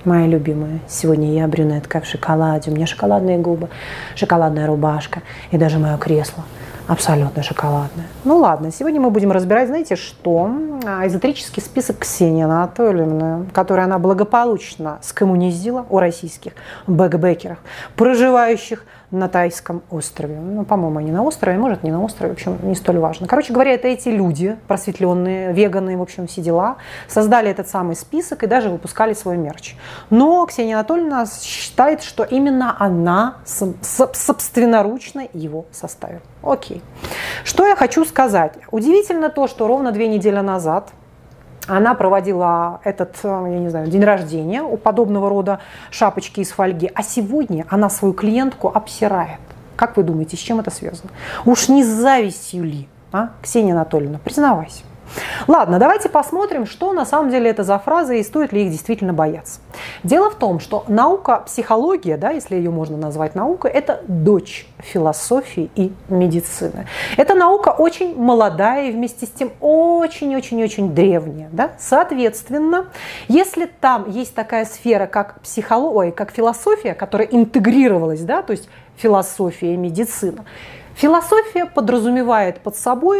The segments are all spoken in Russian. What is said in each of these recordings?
мои любимые. Сегодня я брюнетка в шоколаде, у меня шоколадные губы, шоколадная рубашка и даже мое кресло абсолютно шоколадное. Ну ладно, сегодня мы будем разбирать, знаете что? Эзотерический список Ксении Анатольевны, который она благополучно скоммунизила у российских бэкбекеров, проживающих на Тайском острове. Ну, по-моему, они на острове, может, не на острове, в общем, не столь важно. Короче говоря, это эти люди, просветленные, веганы, в общем, все дела, создали этот самый список и даже выпускали свой мерч. Но Ксения Анатольевна считает, что именно она собственноручно его составила. Окей. Что я хочу сказать? Удивительно то, что ровно 2 недели назад она проводила этот, я не знаю, день рождения у подобного рода шапочки из фольги, а сегодня она свою клиентку обсирает. Как вы думаете, с чем это связано? Уж не с завистью ли, Ксения Анатольевна? Признавайся. Ладно, давайте посмотрим, что на самом деле это за фразы и стоит ли их действительно бояться. Дело в том, что наука, психология, да, если ее можно назвать наукой, это дочь философии и медицины. Эта наука очень молодая и вместе с тем очень-очень-очень древняя. Да? Соответственно, если там есть такая сфера, как психология, как философия, которая интегрировалась, да, то есть философия и медицина, философия подразумевает под собой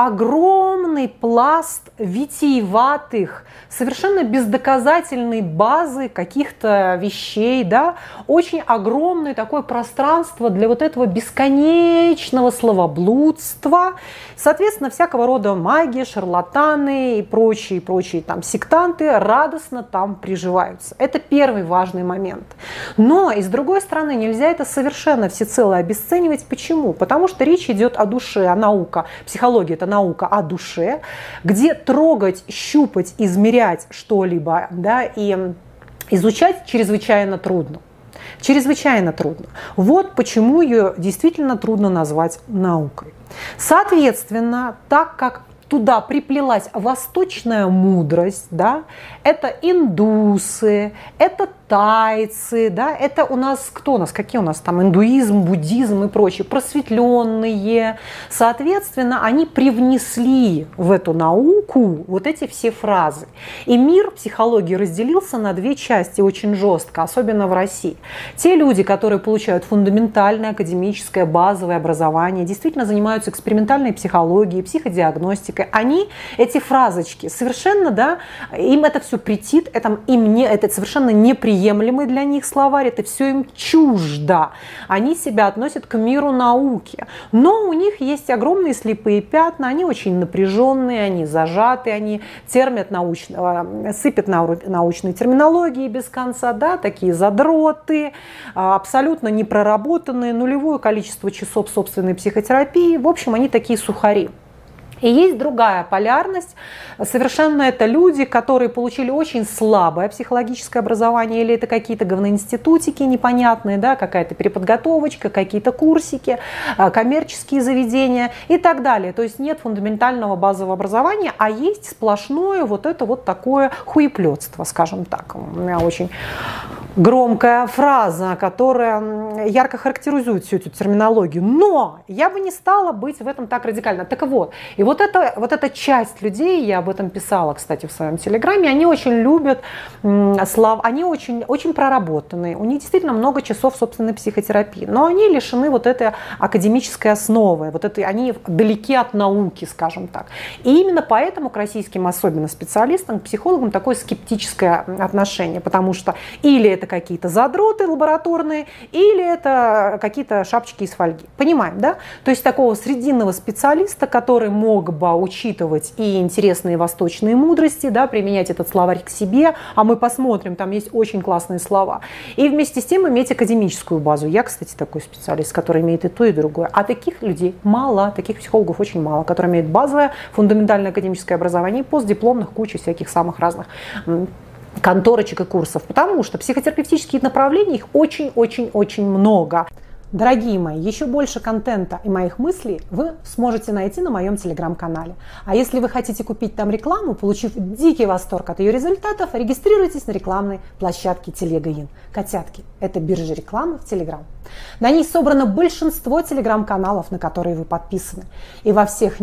огромный пласт витиеватых, совершенно бездоказательной базы каких-то вещей, да? Очень огромное такое пространство для вот этого бесконечного словоблудства. Соответственно, всякого рода маги, шарлатаны и прочие там сектанты радостно там приживаются. Это первый важный момент. Но и с другой стороны, нельзя это совершенно всецело обесценивать. Почему? Потому что речь идет о душе, а наука, психология – это наука о душе, где трогать, щупать, измерять что-либо, да, и изучать чрезвычайно трудно. Чрезвычайно трудно. Вот почему ее действительно трудно назвать наукой. Соответственно, так как туда приплелась восточная мудрость, да, это индусы, это тайцы, да, это у нас, кто у нас, какие у нас там, индуизм, буддизм и прочие, просветленные. Соответственно, они привнесли в эту науку вот эти все фразы. И мир психологии разделился на 2 части очень жестко, особенно в России. Те люди, которые получают фундаментальное академическое базовое образование, действительно занимаются экспериментальной психологией, психодиагностикой, они, эти фразочки, совершенно, да, им это все претит, это совершенно неприемлемый для них словарь, это все им чуждо. Они себя относят к миру науки. Но у них есть огромные слепые пятна, они очень напряженные, они зажаты, они сыпят научной терминологией без конца, да, такие задроты, абсолютно непроработанные, нулевое количество часов собственной психотерапии. В общем, они такие сухари. И есть другая полярность. Совершенно это люди, которые получили очень слабое психологическое образование, или это какие-то говноинститутики непонятные, да, какая-то переподготовочка, какие-то курсики, коммерческие заведения и так далее. То есть нет фундаментального базового образования, а есть сплошное вот это вот такое хуеплетство, скажем так. У меня очень громкая фраза, которая ярко характеризует всю эту терминологию. Но я бы не стала быть в этом так радикально. Так вот, и вот эта часть людей, я об этом писала, кстати, в своем телеграме, они очень любят слова, они очень проработанные, у них действительно много часов собственной психотерапии, но они лишены вот этой академической основы, они далеки от науки, скажем так. И именно поэтому к российским, особенно специалистам, к психологам, такое скептическое отношение, потому что или это какие-то задроты лабораторные, или это какие-то шапочки из фольги. Понимаем, да? То есть такого срединного специалиста, который мог бы учитывать и интересные восточные мудрости, да, применять этот словарь к себе, а мы посмотрим, там есть очень классные слова, и вместе с тем иметь академическую базу. Я, кстати, такой специалист, который имеет и то, и другое. А таких людей мало, таких психологов очень мало, которые имеют базовое, фундаментальное академическое образование и постдипломных куча всяких самых разных конторочек и курсов, потому что психотерапевтические направления, их очень-очень-очень много. Дорогие мои, еще больше контента и моих мыслей вы сможете найти на моем телеграм-канале. А если вы хотите купить там рекламу, получив дикий восторг от ее результатов, регистрируйтесь на рекламной площадке Телега.ин. Котятки – это биржа рекламы в Телеграм. На ней собрано большинство телеграм-каналов, на которые вы подписаны. И во всех них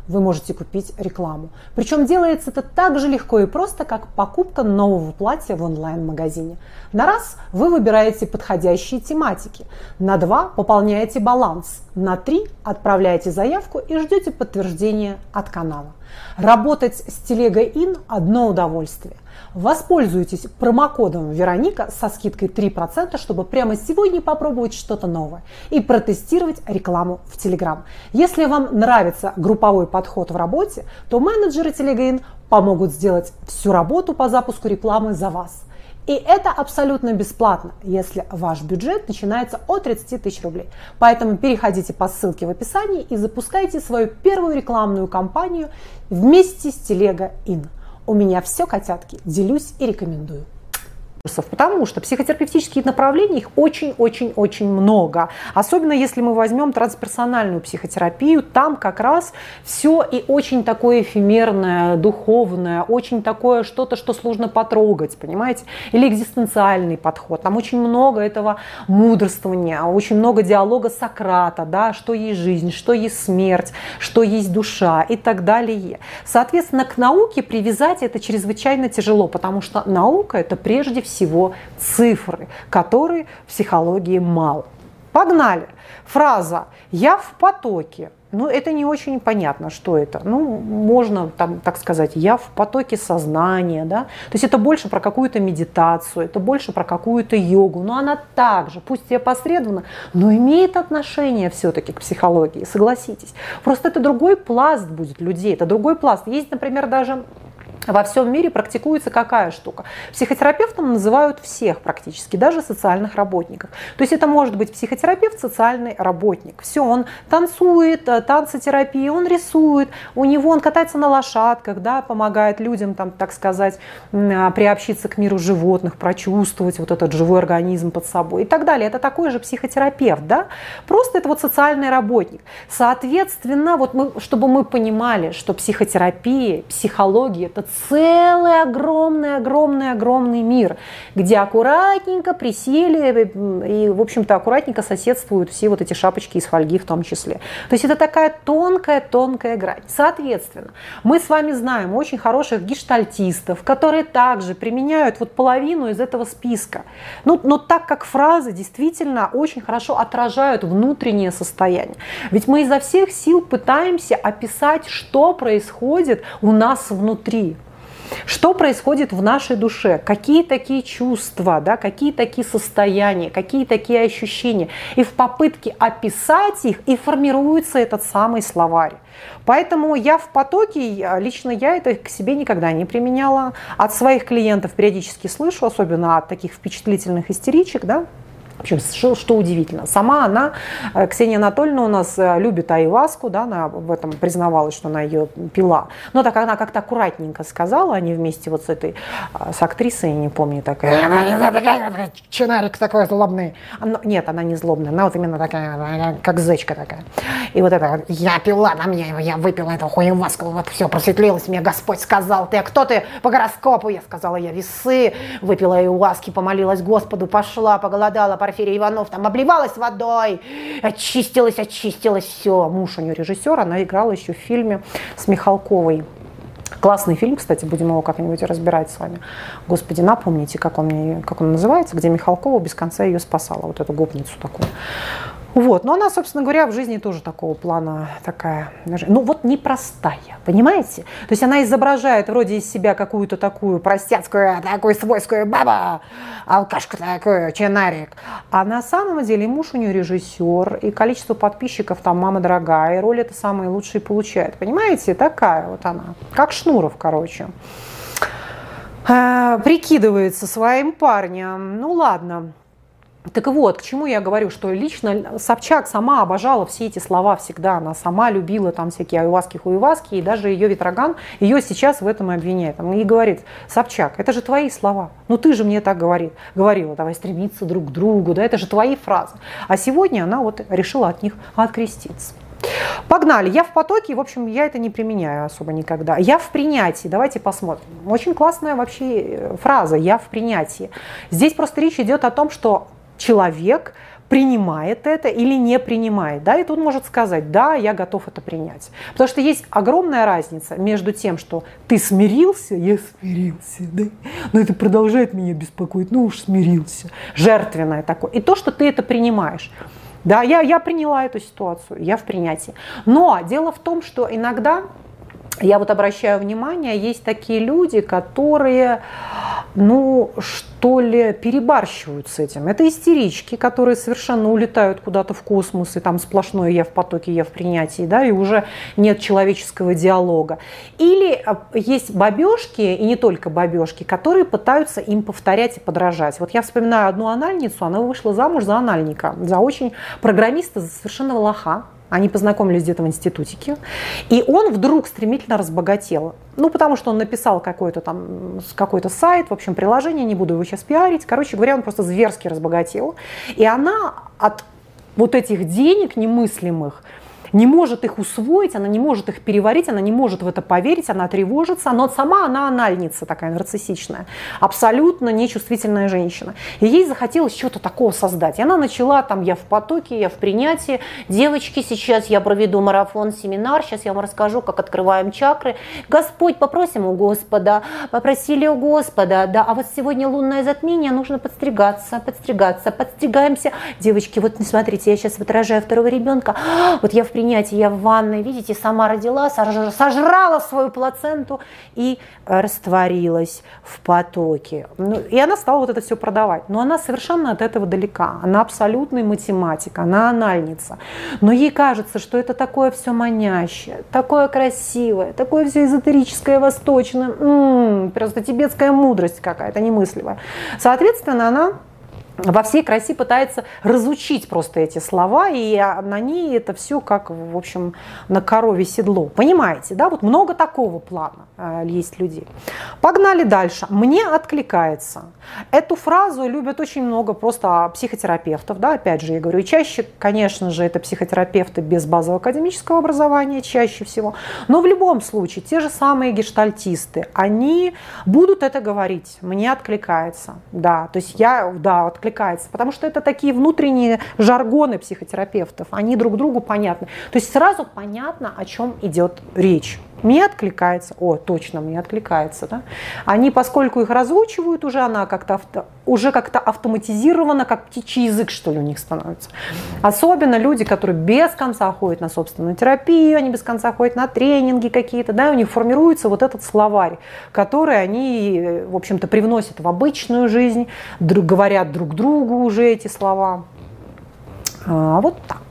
вы можете купить рекламу. Причем делается это так же легко и просто, как покупка нового платья в онлайн-магазине. На раз вы выбираете подходящие тематики, на 2 пополняете баланс, на 3 отправляете заявку и ждете подтверждения от канала. Работать с Телега Ин – одно удовольствие. Воспользуйтесь промокодом Вероника со скидкой 3%, чтобы прямо сегодня попробовать что-то новое и протестировать рекламу в Telegram. Если вам нравится групповой подход в работе, то менеджеры Телега Ин помогут сделать всю работу по запуску рекламы за вас. И это абсолютно бесплатно, если ваш бюджет начинается от 30 тысяч рублей. Поэтому переходите по ссылке в описании и запускайте свою первую рекламную кампанию вместе с Телега Ин. У меня все, котятки, делюсь и рекомендую. Потому что психотерапевтических направлений их очень-очень-очень много. Особенно если мы возьмем трансперсональную психотерапию, там как раз все и очень такое эфемерное, духовное, очень такое что-то, что сложно потрогать, понимаете? Или экзистенциальный подход. Там очень много этого мудрствования, очень много диалога Сократа, да, что есть жизнь, что есть смерть, что есть душа и так далее. Соответственно, к науке привязать это чрезвычайно тяжело, потому что наука – это прежде всего цифры, которые в психологии мало. Погнали. Фраза «я в потоке». Ну, это не очень понятно, что это. Ну, можно, там, так сказать, я в потоке сознания, да. То есть это больше про какую-то медитацию, это больше про какую-то йогу. Но она также, пусть и опосредованно, но имеет отношение все-таки к психологии, согласитесь. Просто это другой пласт будет людей, это другой пласт. Есть, например, даже... Во всем мире практикуется какая штука? Психотерапевтом называют всех практически, даже социальных работников. То есть это может быть психотерапевт, социальный работник. Все, он танцует, танцотерапия, он рисует, он катается на лошадках, да, помогает людям, там, так сказать, приобщиться к миру животных, прочувствовать вот этот живой организм под собой и так далее. Это такой же психотерапевт, да? Просто это вот социальный работник. Соответственно, вот чтобы мы понимали, что психотерапия, психология – это целый огромный мир, где аккуратненько присели и, в общем-то, аккуратненько соседствуют все вот эти шапочки из фольги в том числе. То есть это такая тонкая грань. Соответственно, мы с вами знаем очень хороших гештальтистов, которые также применяют вот половину из этого списка. Но так как фразы действительно очень хорошо отражают внутреннее состояние. Ведь мы изо всех сил пытаемся описать, что происходит у нас внутри. Что происходит в нашей душе, какие такие чувства, да, какие такие состояния, какие такие ощущения. И в попытке описать их и формируется этот самый словарь. Поэтому я в потоке, лично я это к себе никогда не применяла. От своих клиентов периодически слышу, особенно от таких впечатлительных истеричек, да. Причем, что удивительно, сама она, Ксения Анатольевна, у нас любит аюваску, да, она в этом признавалась, что она ее пила. Но так она как-то аккуратненько сказала, они вместе вот с актрисой, не помню, такая, чинарик такой злобный. Нет, она не злобная, она вот именно такая, как зечка такая. И вот это, я пила, я выпила эту хуеваску, вот все, просветлилось, мне Господь сказал, ты, а кто ты по гороскопу? Я сказала, я весы, выпила аюваски, помолилась Господу, пошла, поголодала, Порфирий Иванов там обливалась водой, очистилась, все. Муж у нее режиссер, она играла еще в фильме с Михалковой. Классный фильм, кстати, будем его как-нибудь разбирать с вами. Господи, напомните, как он называется, где Михалкова без конца ее спасала, вот эту гопницу такую. Вот, но она, собственно говоря, в жизни тоже такого плана такая, ну вот непростая, понимаете? То есть она изображает вроде из себя какую-то такую простецкую, такую свойскую баба, алкашку такую, чинарик. А на самом деле муж у нее режиссер, и количество подписчиков там мама дорогая, и роль это самые лучшие получает. Понимаете, такая вот она, как Шнуров, короче. Прикидывается своим парнем, ну ладно. Так вот, к чему я говорю, что лично Собчак сама обожала все эти слова всегда, она сама любила там всякие аюваски-хуеваски, и даже ее Ветроган ее сейчас в этом и обвиняет. И говорит, Собчак, это же твои слова, ну ты же мне так говорила, давай стремиться друг к другу, да, это же твои фразы. А сегодня она вот решила от них откреститься. Погнали. Я в потоке, в общем, я это не применяю особо никогда. Я в принятии. Давайте посмотрим. Очень классная вообще фраза «я в принятии». Здесь просто речь идет о том, что человек принимает это или не принимает. Да? И тут может сказать, да, я готов это принять. Потому что есть огромная разница между тем, что ты смирился, я смирился, да? Но это продолжает меня беспокоить, ну уж смирился, жертвенное такое. И то, что ты это принимаешь. Да, я приняла эту ситуацию, я в принятии. Но дело в том, что иногда, я вот обращаю внимание, есть такие люди, которые, ну, что ли, перебарщивают с этим. Это истерички, которые совершенно улетают куда-то в космос, и там сплошное «я в потоке, я в принятии», да, и уже нет человеческого диалога. Или есть бабешки, и не только бабешки, которые пытаются им повторять и подражать. Вот я вспоминаю одну анальницу, она вышла замуж за анальника, за очень программиста, за совершенно лоха. Они познакомились где-то в институтике, и он вдруг стремительно разбогател. Ну, потому что он написал какой-то сайт, в общем, приложение, не буду его сейчас пиарить. Короче говоря, он просто зверски разбогател. И она от вот этих денег немыслимых не может их усвоить, она не может их переварить, она не может в это поверить, она тревожится, но сама она анальница такая нарциссичная, абсолютно нечувствительная женщина. И ей захотелось что-то такого создать. И она начала там «я в потоке, я в принятии». Девочки, сейчас я проведу марафон-семинар, сейчас я вам расскажу, как открываем чакры. Господь, попросим у Господа, попросили у Господа, да, а вот сегодня лунное затмение, нужно подстригаться, подстригаемся. Девочки, вот смотрите, я сейчас вот рожаю второго ребенка, вот я в принятии, я в ванной, видите, сама родила, сожрала свою плаценту и растворилась в потоке. Ну, и она стала вот это все продавать. Но она совершенно от этого далека. Она абсолютный математик, она анальница. Но ей кажется, что это такое все манящее, такое красивое, такое все эзотерическое, восточное. Просто тибетская мудрость какая-то немыслимая. Соответственно, она во всей красе пытается разучить просто эти слова, и на ней это все как, в общем, на корове седло. Понимаете, да? Вот много такого плана есть людей. Погнали дальше. Мне откликается. Эту фразу любят очень много просто психотерапевтов, да, опять же, я говорю, и чаще, конечно же, это психотерапевты без базового академического образования, чаще всего, но в любом случае, те же самые гештальтисты, они будут это говорить, мне откликается, да, то есть откликается, потому что это такие внутренние жаргоны психотерапевтов, они друг другу понятны, то есть сразу понятно, о чем идет речь. Мне откликается, точно мне откликается, да? Они, поскольку их разучивают, уже она как-то автоматизирована, как птичий язык, что ли, у них становится. Особенно люди, которые без конца ходят на собственную терапию, они без конца ходят на тренинги какие-то, да, у них формируется вот этот словарь, который они, в общем-то, привносят в обычную жизнь, говорят друг другу уже эти слова. Вот так.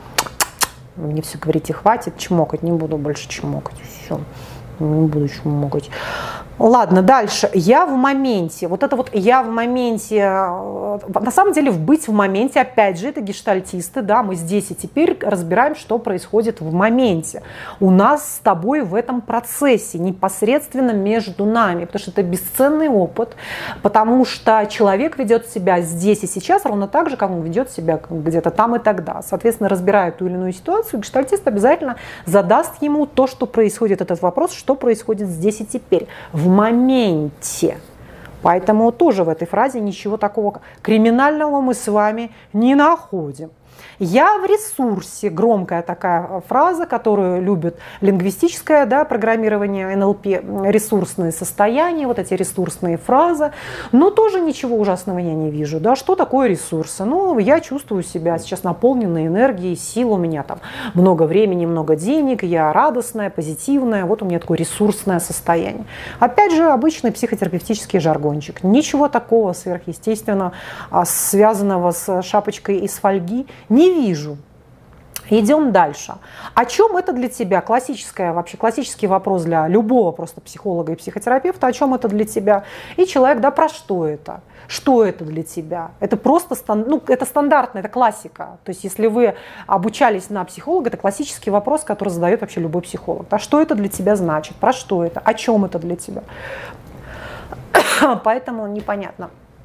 Мне все говорите, хватит чмокать, не буду больше чмокать. Все, не буду чмокать. Ладно, дальше. Я в моменте. Вот это вот я в моменте. На самом деле, быть в моменте, опять же, это гештальтисты, да, мы здесь и теперь разбираем, что происходит в моменте. У нас с тобой в этом процессе, непосредственно между нами, потому что это бесценный опыт, потому что человек ведет себя здесь и сейчас ровно так же, как он ведет себя где-то там и тогда. Соответственно, разбирая ту или иную ситуацию, гештальтист обязательно задаст ему то, что происходит, этот вопрос, что происходит здесь и теперь, в моменте. Поэтому тоже в этой фразе ничего такого криминального мы с вами не находим. Я в ресурсе, громкая такая фраза, которую любят лингвистическое, да, программирование, НЛП, ресурсные состояния, вот эти ресурсные фразы, но тоже ничего ужасного я не вижу. Да, что такое ресурсы? Ну, я чувствую себя сейчас наполненной энергией, сил, у меня там много времени, много денег, я радостная, позитивная, вот у меня такое ресурсное состояние. Опять же, обычный психотерапевтический жаргончик. Ничего такого сверхъестественного, связанного с шапочкой из фольги, не вижу. Идем дальше. О чем это для тебя? Классический вопрос для любого просто психолога и психотерапевта. О чем это для тебя? И человек, да, про что это? Что это для тебя? Это просто это стандартно, это классика. То есть если вы обучались на психолога, это классический вопрос, который задает вообще любой психолог. А что это для тебя значит? Про что это? О чем это для тебя? Поэтому непонятно.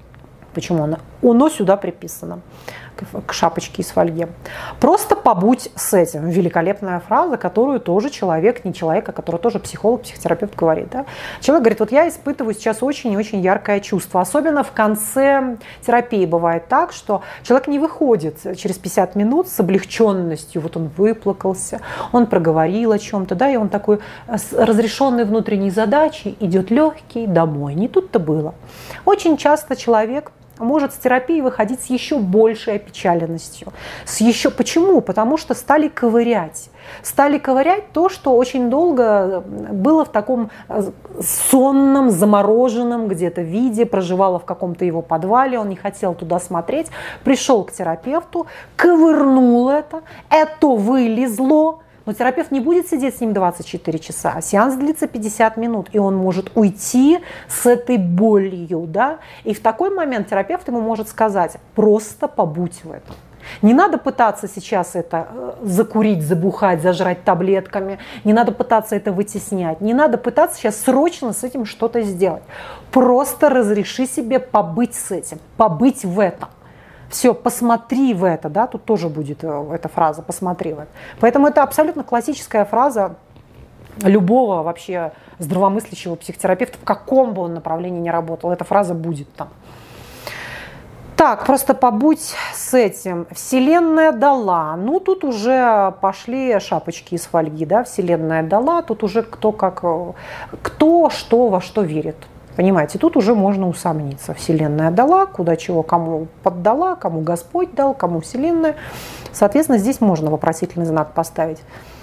Почему оно сюда приписано, к шапочке из фольги. Просто побудь с этим. Великолепная фраза, которую тоже человек, не человек, а который тоже психолог, психотерапевт говорит. Да? Человек говорит, вот я испытываю сейчас очень и очень яркое чувство. Особенно в конце терапии бывает так, что человек не выходит через 50 минут с облегченностью. Вот он выплакался, он проговорил о чем-то, да, и он такой с разрешенной внутренней задачей идет легкий домой. Не тут-то было. Очень часто человек может с терапии выходить с еще большей опечаленностью. Почему? Потому что стали ковырять. Стали ковырять то, что очень долго было в таком сонном, замороженном где-то виде, проживало в каком-то его подвале, он не хотел туда смотреть, пришел к терапевту, ковырнул это вылезло. Но терапевт не будет сидеть с ним 24 часа, сеанс длится 50 минут, и он может уйти с этой болью. Да? И в такой момент терапевт ему может сказать, просто побудь в этом. Не надо пытаться сейчас это закурить, забухать, зажрать таблетками, не надо пытаться это вытеснять, не надо пытаться сейчас срочно с этим что-то сделать. Просто разреши себе побыть с этим, побыть в этом. Все, посмотри в это, да, тут тоже будет эта фраза «посмотри в это». Поэтому это абсолютно классическая фраза любого вообще здравомыслящего психотерапевта, в каком бы он направлении ни работал, эта фраза будет там. Так, просто побудь с этим. Вселенная дала. Ну, тут уже пошли шапочки из фольги, да, Вселенная дала, тут уже кто что во что верит. Понимаете, тут уже можно усомниться. Вселенная дала, куда чего, кому поддала, кому Господь дал, кому Вселенная. Соответственно, здесь можно вопросительный знак поставить.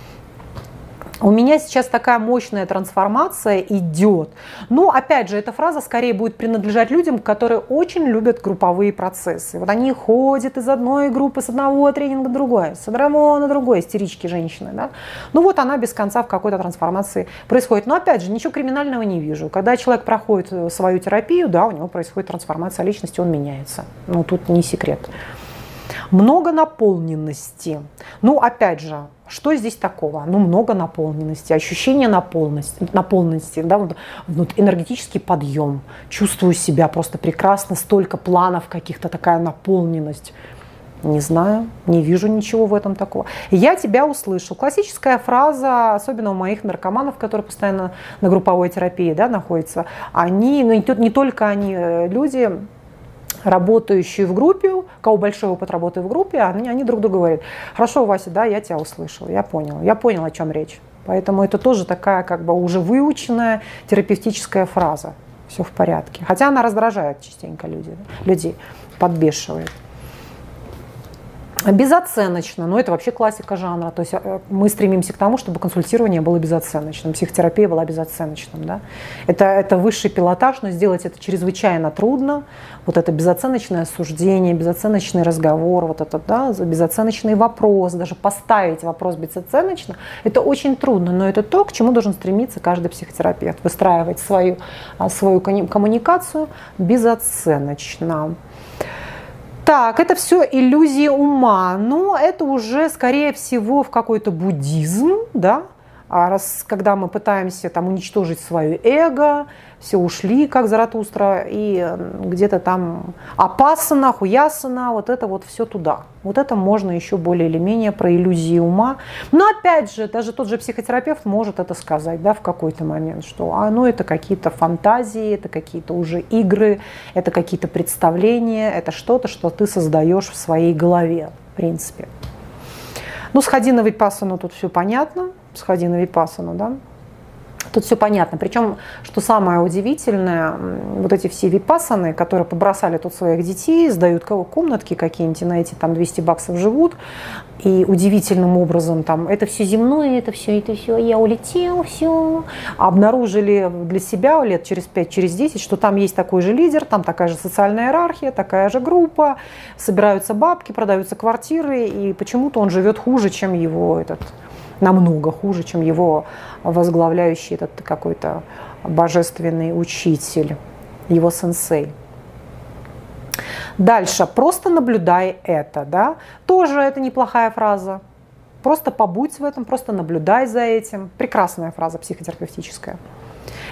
У меня сейчас такая мощная трансформация идет. Но, опять же, эта фраза скорее будет принадлежать людям, которые очень любят групповые процессы. Вот они ходят из одной группы, с одного тренинга на другой, с одного на другой, истерички женщины. Да? Ну вот она без конца в какой-то трансформации происходит. Но, опять же, ничего криминального не вижу. Когда человек проходит свою терапию, да, у него происходит трансформация личности, он меняется. Ну, тут не секрет. Много наполненности. Ну, опять же, что здесь такого? Ну, много наполненности, ощущение наполненности, да, вот энергетический подъем. Чувствую себя просто прекрасно, столько планов каких-то, такая наполненность. Не знаю, не вижу ничего в этом такого. Я тебя услышу. Классическая фраза, особенно у моих наркоманов, которые постоянно на групповой терапии, да, находятся, они, ну, не только они, люди, работающие в группе, у кого большой опыт работы в группе, они друг другу говорят: хорошо, Вася, да, я тебя услышал, я понял, о чем речь. Поэтому это тоже такая как бы уже выученная терапевтическая фраза. Все в порядке. Хотя она раздражает частенько людей, подбешивает. Безоценочно, но это вообще классика жанра. То есть мы стремимся к тому, чтобы консультирование было безоценочным, психотерапия была безоценочным. Да? Это высший пилотаж, но сделать это чрезвычайно трудно. Вот это безоценочное суждение, безоценочный разговор, вот это, да, безоценочный вопрос, даже поставить вопрос безоценочно, это очень трудно, но это то, к чему должен стремиться каждый психотерапевт, выстраивать свою коммуникацию безоценочно. Так, это все иллюзии ума, но это уже, скорее всего, в какой-то буддизм, да, когда мы пытаемся там уничтожить свое эго, все ушли, как Заратустра, и где-то там апассана, хуясана, вот это вот все туда. Вот это можно еще более или менее про иллюзии ума. Но опять же, даже тот же психотерапевт может это сказать, да, в какой-то момент, что ну, это какие-то фантазии, это какие-то уже игры, это какие-то представления, это что-то, что ты создаешь в своей голове, в принципе. Ну, сходи на випассану, тут все понятно. Сходи на випассану, да. Тут все понятно. Причем, что самое удивительное, вот эти все випассаны, которые побросали тут своих детей, сдают комнатки какие-нибудь, и на эти там 200 баксов живут, и удивительным образом там это все земное, это все, я улетел, все. Обнаружили для себя лет через 5, через 10, что там есть такой же лидер, там такая же социальная иерархия, такая же группа, собираются бабки, продаются квартиры, и почему-то он живет хуже, чем его намного хуже, чем его возглавляющий этот какой-то божественный учитель, его сенсей. Дальше. Просто наблюдай это. Да? Тоже это неплохая фраза. Просто побудь в этом, просто наблюдай за этим. Прекрасная фраза психотерапевтическая.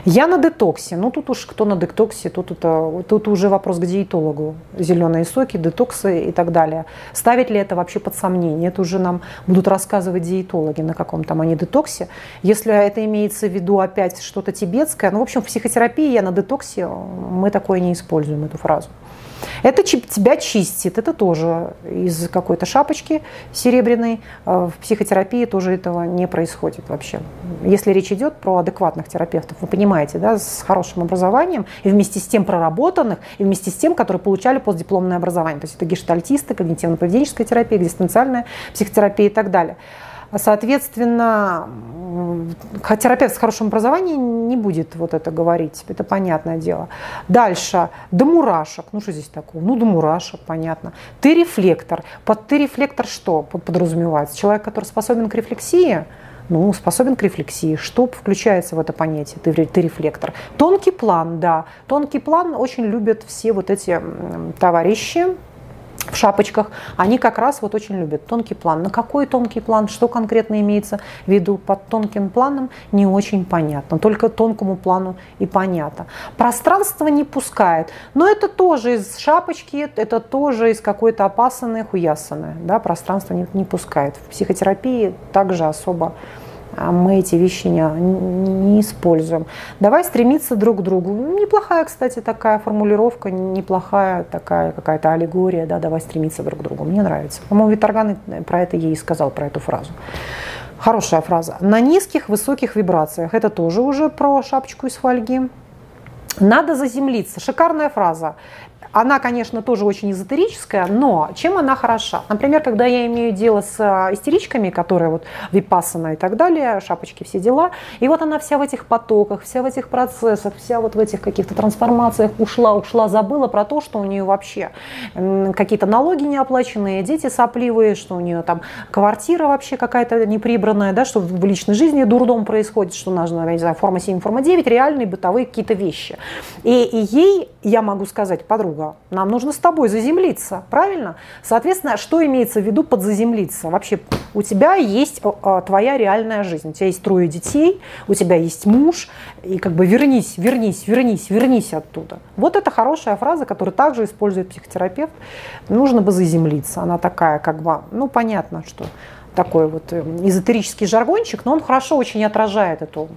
Я на детоксе. Ну, тут уж кто на детоксе, тут уже вопрос к диетологу. Зеленые соки, детоксы и так далее. Ставить ли это вообще под сомнение? Это уже нам будут рассказывать диетологи, на каком там они детоксе. Если это имеется в виду опять что-то тибетское, ну, в общем, в психотерапии я на детоксе, мы такое не используем, эту фразу. Это тебя чистит, это тоже из какой-то шапочки серебряной. В психотерапии тоже этого не происходит вообще. Если речь идет про адекватных терапевтов, вы понимаете, да, с хорошим образованием, и вместе с тем проработанных, и вместе с тем, которые получали постдипломное образование. То есть это гештальтисты, когнитивно-поведенческая терапия, экзистенциальная психотерапия и так далее. Соответственно, терапевт с хорошим образованием не будет вот это говорить, это понятное дело. Дальше, до мурашек. Ну, что здесь такого? Ну, до мурашек, понятно. Ты-рефлектор. Под ты-рефлектор что подразумевается? Человек, который способен к рефлексии? Ну, способен к рефлексии. Что включается в это понятие? Ты-рефлектор. Тонкий план, да. Тонкий план очень любят все вот эти товарищи в шапочках, они как раз вот очень любят тонкий план. На какой тонкий план, что конкретно имеется в виду под тонким планом, не очень понятно. Только тонкому плану и понятно. Пространство не пускает, но это тоже из шапочки, это тоже из какой-то опасанной, хуясанной. Да, пространство не пускает. В психотерапии также особо мы эти вещи не используем. Давай стремиться друг к другу. Неплохая, кстати, такая формулировка, неплохая такая какая-то аллегория. Да, давай стремиться друг к другу. Мне нравится. По-моему, Виторган про это ей и сказал, про эту фразу. Хорошая фраза. На низких, высоких вибрациях. Это тоже уже про шапочку из фольги. Надо заземлиться. Шикарная фраза. Она, конечно, тоже очень эзотерическая, но чем она хороша? Например, когда я имею дело с истеричками, которые вот випассана и так далее, шапочки, все дела, и вот она вся в этих потоках, вся в этих процессах, вся вот в этих каких-то трансформациях ушла, забыла про то, что у нее вообще какие-то налоги неоплаченные, дети сопливые, что у нее там квартира вообще какая-то неприбранная, да, что в личной жизни дурдом происходит, что нужно, я не знаю, форма 7, форма 9, реальные бытовые какие-то вещи. И ей, я могу сказать, подруга, нам нужно с тобой заземлиться, правильно? Соответственно, что имеется в виду под заземлиться? Вообще, у тебя есть твоя реальная жизнь, у тебя есть 3 детей, у тебя есть муж, и как бы вернись оттуда. Вот это хорошая фраза, которую также использует психотерапевт. Нужно бы заземлиться. Она такая, как бы, ну, понятно, что такой вот эзотерический жаргончик, но он хорошо очень отражает эту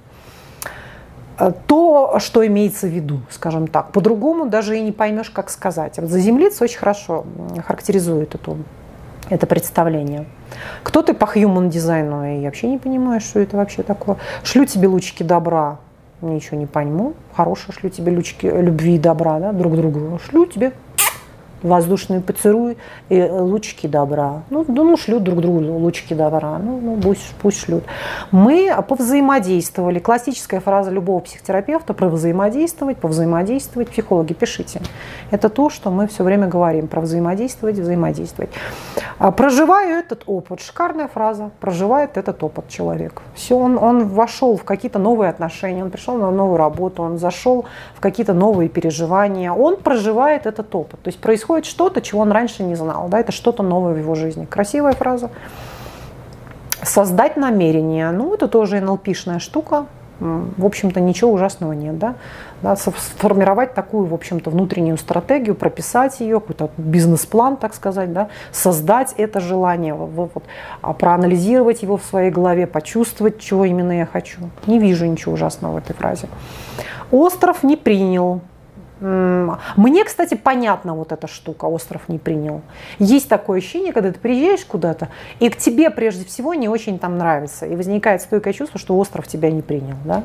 то, что имеется в виду, скажем так. По-другому даже и не поймешь, как сказать. Вот заземлиться очень хорошо характеризует это представление. Кто ты по human дизайну? Я вообще не понимаю, что это вообще такое. Шлю тебе лучики добра. Ничего не пойму. Хорошо, шлю тебе лучики любви и добра, да, друг другу. Шлю тебе воздушный поцелуй и лучики добра. Ну, шлют друг другу лучики добра. Ну пусть шлют. Мы повзаимодействовали. Классическая фраза любого психотерапевта про повзаимодействовать. Психологи, пишите. Это то, что мы все время говорим. Про взаимодействовать. Проживаю этот опыт. Шикарная фраза. Проживает этот опыт человек. Все, он вошел в какие-то новые отношения, он пришел на новую работу, он зашел в какие-то новые переживания. Он проживает этот опыт. То есть происходит что-то, чего он раньше не знал. Да, это что-то новое в его жизни. Красивая фраза. Создать намерение. Ну, это тоже НЛПшная штука. В общем-то, ничего ужасного нет. Да? Сформировать такую, в общем-то, внутреннюю стратегию, прописать ее, какой-то бизнес-план, так сказать, да? Создать это желание, проанализировать его в своей голове, почувствовать, чего именно я хочу. Не вижу ничего ужасного в этой фразе. Остров не принял. Мне, кстати, понятна вот эта штука, остров не принял. Есть такое ощущение, когда ты приезжаешь куда-то, и к тебе прежде всего не очень там нравится. И возникает стойкое чувство, что остров тебя не принял. Да?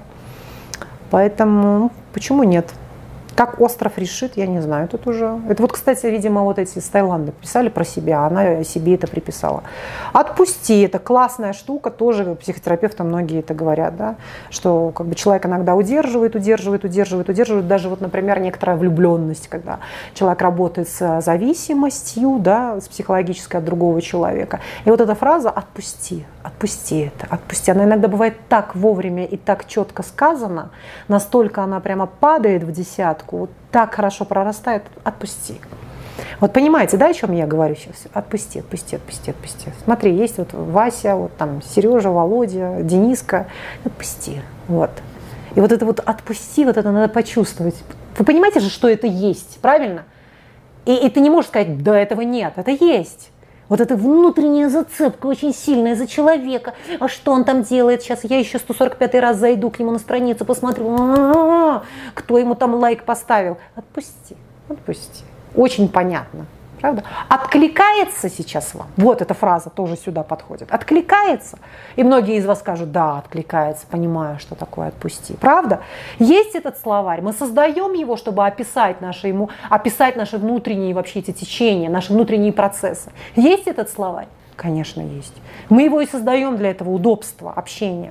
Поэтому почему нет? Как остров решит, я не знаю. Это вот, кстати, видимо, вот эти из Таиланда писали про себя, она себе это приписала. Отпусти, это классная штука, тоже психотерапевты многие это говорят, да, что как бы человек иногда удерживает, даже вот, например, некоторая влюбленность, когда человек работает с зависимостью, да, с психологической от другого человека. И вот эта фраза «отпусти это, отпусти», она иногда бывает так вовремя и так четко сказана, настолько она прямо падает в десятку, вот так хорошо прорастает, отпусти. Вот понимаете, да, о чем я говорю сейчас? Отпусти. Смотри, есть вот Вася, вот там Сережа, Володя, Дениска, отпусти. Вот. И вот это вот отпусти, вот это надо почувствовать. Вы понимаете же, что это есть, правильно? И ты не можешь сказать, да, этого нет, это есть. Вот эта внутренняя зацепка очень сильная за человека. А что он там делает? Сейчас я еще 145 раз зайду к нему на страницу, посмотрю, кто ему там лайк поставил. Отпусти, отпусти. Очень понятно. Правда? Откликается сейчас вам? Вот эта фраза тоже сюда подходит. Откликается? И многие из вас скажут, да, откликается, понимаю, что такое отпусти. Правда? Есть этот словарь. Мы создаем его, чтобы описать наши внутренние вообще эти течения, наши внутренние процессы. Есть этот словарь? Конечно, есть. Мы его и создаем для этого удобства общения.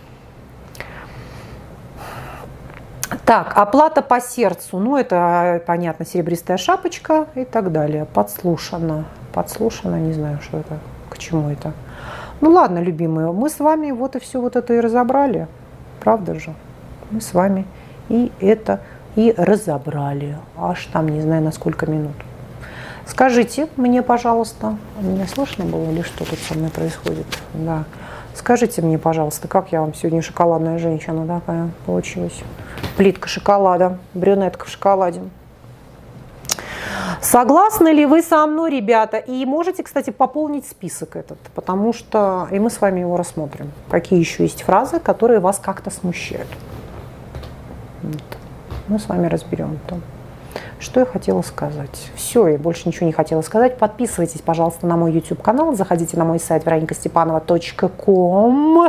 Так, оплата по сердцу, ну это, понятно, серебристая шапочка и так далее. Подслушано, не знаю, что это, к чему это. Ну ладно, любимые, мы с вами вот и все вот это и разобрали, правда же? Мы с вами и это и разобрали, аж там не знаю на сколько минут. Скажите мне, пожалуйста, меня слышно было или что тут со мной происходит? Да. Скажите мне, пожалуйста, как я вам сегодня шоколадная женщина такая получилась? Плитка шоколада, брюнетка в шоколаде. Согласны ли вы со мной, ребята? И можете, кстати, пополнить список этот, потому что и мы с вами его рассмотрим. Какие еще есть фразы, которые вас как-то смущают. Вот. Мы с вами разберем это. Что я хотела сказать? Все, я больше ничего не хотела сказать. Подписывайтесь, пожалуйста, на мой YouTube-канал, заходите на мой сайт veronikastепанова.com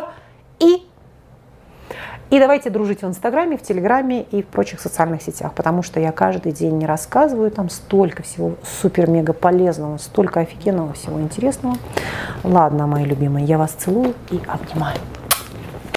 и давайте дружить в Инстаграме, в Телеграме и в прочих социальных сетях, потому что я каждый день не рассказываю, там столько всего супер-мега полезного, столько офигенного всего интересного. Ладно, мои любимые, я вас целую и обнимаю.